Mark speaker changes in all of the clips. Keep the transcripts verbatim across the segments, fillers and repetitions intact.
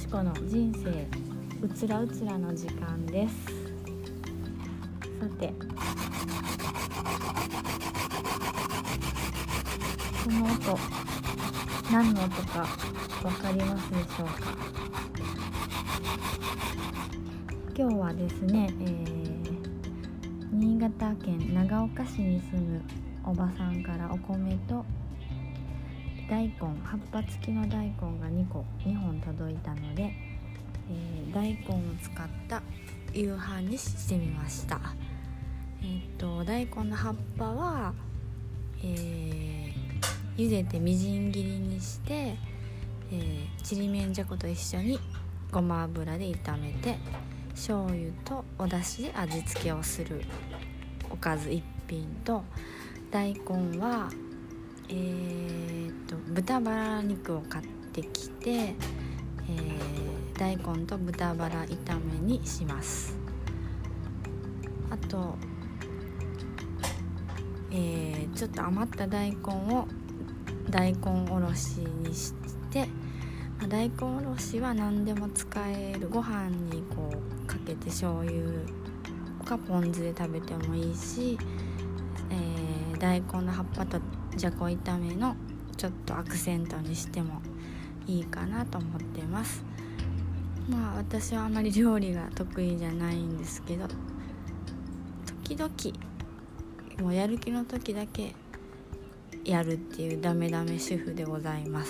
Speaker 1: 子の人生うつらうつらの時間です。さて、この音何の音かわかりますでしょうか。今日はですね、えー、新潟県長岡市に住むおばさんからお米と大根、葉っぱ付きの大根がにこにほん届いたので、えー、大根を使った夕飯にしてみました。えー、っと大根の葉っぱは、えー、茹でてみじん切りにして、えー、ちりめんじゃこと一緒にごま油で炒めて醤油とお出汁で味付けをするおかず一品と、大根はえー、と豚バラ肉を買ってきて、えー、大根と豚バラ炒めにします。あと、えー、ちょっと余った大根を大根おろしにして、まあ、大根おろしは何でも使える。ご飯にこうかけて醤油かポン酢で食べてもいいし、えー、大根の葉っぱとじゃこ炒めのちょっとアクセントにしてもいいかなと思っています。まあ私はあまり料理が得意じゃないんですけど、時々もうやる気の時だけやるっていうダメダメ主婦でございます。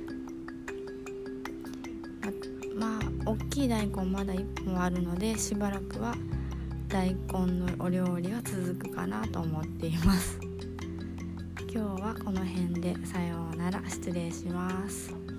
Speaker 1: ま、まあ大きい大根まだいっぽんあるので、しばらくは大根のお料理は続くかなと思っています。今日はこの辺でさようなら、失礼します。